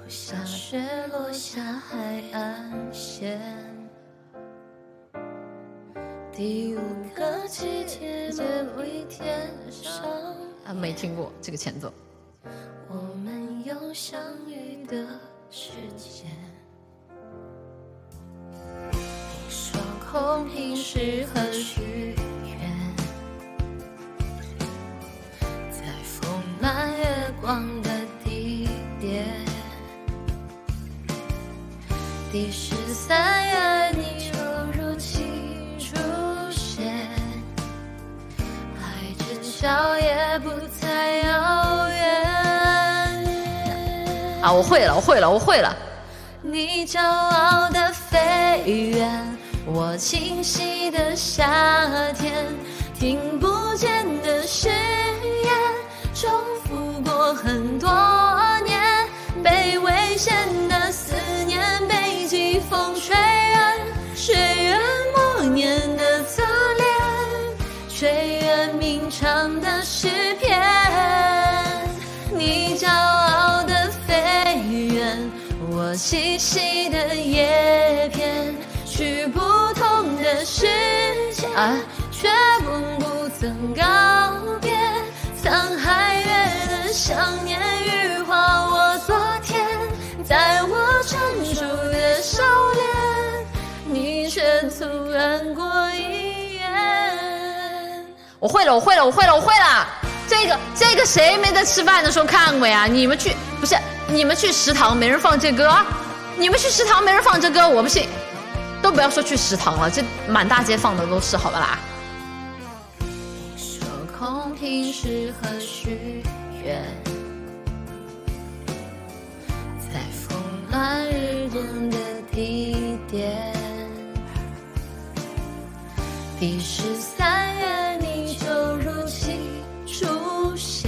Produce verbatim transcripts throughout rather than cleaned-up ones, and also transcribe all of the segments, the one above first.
下雪落下海岸线，第五个季节最后一天上啊，没听过这个前奏。 我们有相遇的时间，你说空瓶适合许愿，在丰满月光的地点，第十三月你就如期出现，海之角也不再遥远。 啊，我会了，我会了，我会了。 你骄傲的飞远，我清晰的夏天，听不见的誓言，重复过很多年，被危险的思念，被季风吹远，岁月默念的侧脸，吹远鸣唱的诗篇。你骄傲的飞远，我栖息的叶片，去不同的世界，却永不曾告别。沧海月的想念羽化我昨天，在我成熟的少年，你却突然过一眼。 我会了，我会了，我会了，我会了。这个这个谁没在吃饭的时候看过呀？你们去不是你们去食堂没人放这歌，你们去食堂没人放这歌，我不信。都不要说去食堂了，这满大街放的都是，好吧啦。 你说空瓶适合许愿，在风暖日光的地点，第十三月你就如期出现，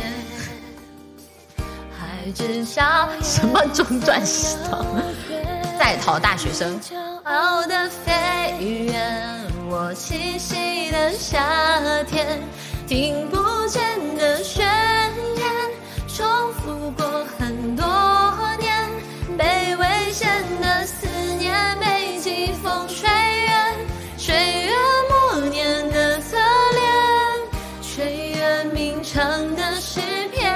海之角什么中转食堂，在逃大学生。 骄傲的飞远，我栖息的夏天，听不见的宣言，重复过很多年，被危险的思念，被季风吹远，岁月默念的侧脸，吹远鸣唱的诗篇。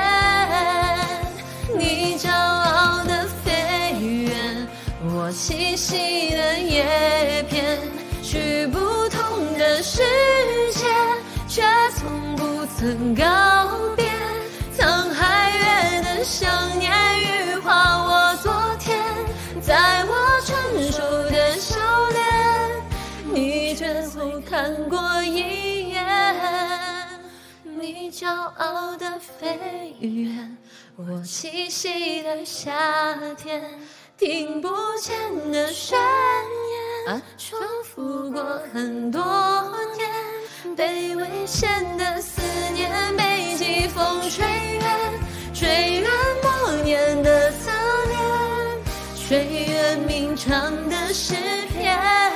你骄傲的飞远，我栖息的叶片，去不同的世界，却从不曾告别。沧海月的想念羽化我昨天，在我成熟的少年，你却曾看过一眼。你骄傲的飞远，我栖息的夏天，听不见的宣言，啊，重复过很多年，被危险的思念，被季风吹远，吹远默念的侧脸，吹远鸣唱的诗篇。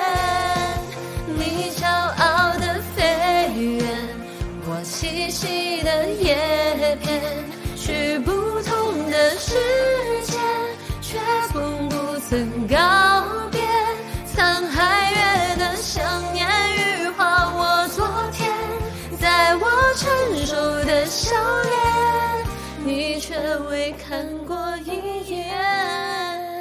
你骄傲的飞远，我栖息的叶片，去不同的世界，却从不曾告别。沧海月的想念羽化我昨天，在我成熟的少年，你却未看